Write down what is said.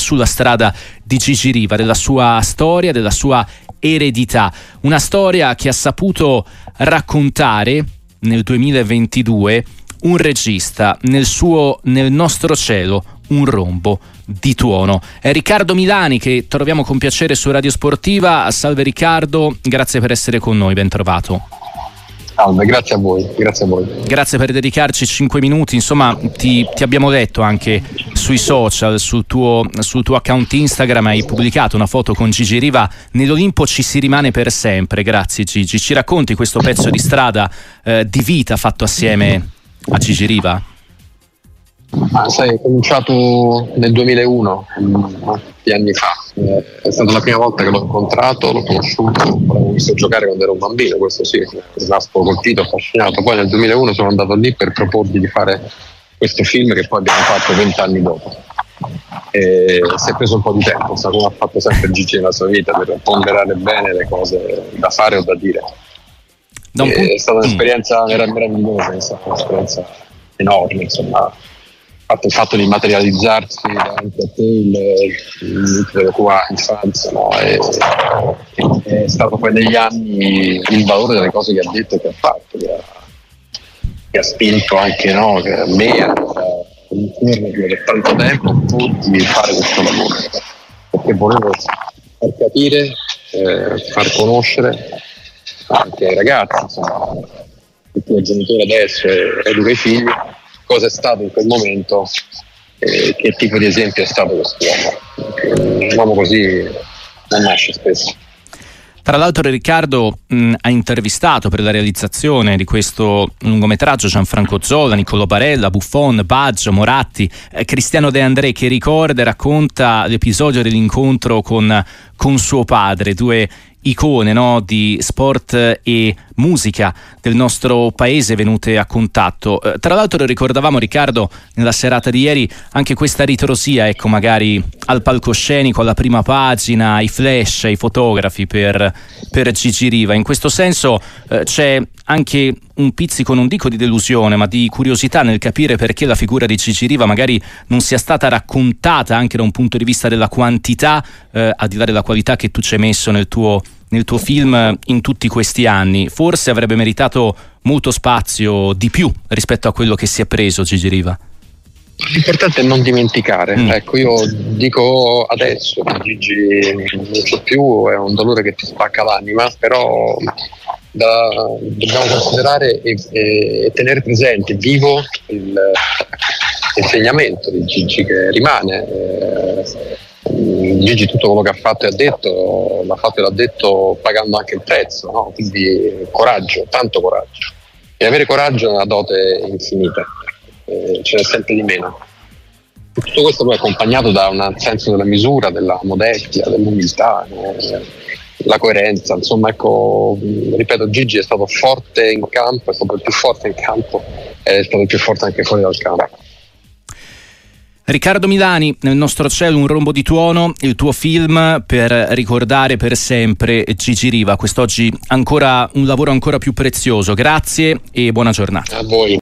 sulla strada di Gigi Riva, della sua storia, della sua eredità. Una storia che ha saputo raccontare nel 2022 un regista nel nostro cielo, un rombo di tuono. È Riccardo Milani che troviamo con piacere su Radio Sportiva. Salve Riccardo, grazie per essere con noi, ben trovato. Salve, grazie a voi. Grazie per dedicarci 5 minuti. Insomma, ti abbiamo letto anche sui social, sul tuo account Instagram, hai pubblicato una foto con Gigi Riva. Nell'Olimpo ci si rimane per sempre. Grazie Gigi. Ci racconti questo pezzo di strada, di vita fatto assieme a Gigi Riva? Sai, ho cominciato nel 2001, molti anni fa. È stata la prima volta che l'ho incontrato, l'ho conosciuto, l'avevo visto giocare quando ero un bambino, questo sì, sono rimasto colpito, affascinato. Poi nel 2001 sono andato lì per proporgli di fare questo film che poi abbiamo fatto 20 anni dopo. E si è preso un po' di tempo, come ha fatto sempre Gigi nella sua vita, per ponderare bene le cose da fare o da dire. È stata un'esperienza meravigliosa, è stata un'esperienza enorme, insomma. Il fatto di materializzarsi davanti a te della tua infanzia, no? È stato poi negli anni il valore delle cose che ha detto e che ha fatto, che ha spinto anche me a per tanto tempo di fare questo lavoro, perché volevo far capire, far conoscere anche ai ragazzi, insomma, il tuo genitore adesso educa i figli, cosa è stato in quel momento, che tipo di esempio è stato quest'uomo. Un uomo così non nasce spesso. Tra l'altro Riccardo ha intervistato per la realizzazione di questo lungometraggio Gianfranco Zola, Niccolò Barella, Buffon, Baggio, Moratti, Cristiano De André, che ricorda e racconta l'episodio dell'incontro con suo padre, due icone, no, di sport e musica del nostro paese venute a contatto. Tra l'altro ricordavamo, Riccardo, nella serata di ieri anche questa ritrosia, ecco, magari al palcoscenico, alla prima pagina, i flash, i fotografi per Gigi Riva. In questo senso c'è anche un pizzico, non dico di delusione, ma di curiosità nel capire perché la figura di Gigi Riva magari non sia stata raccontata anche da un punto di vista della quantità, al di là della qualità che tu ci hai messo nel tuo film in tutti questi anni. Forse avrebbe meritato molto spazio di più rispetto a quello che si è preso Gigi Riva. L'importante è non dimenticare. Ecco, io dico adesso che Gigi non c'è più, è un dolore che ti spacca l'anima, però dobbiamo considerare e tenere presente vivo l'insegnamento di Gigi, che rimane. Gigi tutto quello che ha fatto e ha detto l'ha fatto e l'ha detto pagando anche il prezzo, no? Quindi coraggio, tanto coraggio, e avere coraggio è una dote infinita, ce n'è sempre di meno. Tutto questo poi è accompagnato da un senso della misura, della modestia, dell'umiltà, la coerenza, insomma, ecco, ripeto, Gigi è stato forte in campo, è stato il più forte in campo, è stato il più forte anche fuori dal campo. Riccardo Milani, Nel nostro cielo un rombo di tuono, il tuo film per ricordare per sempre Gigi Riva. Quest'oggi ancora un lavoro ancora più prezioso. Grazie e buona giornata. A voi.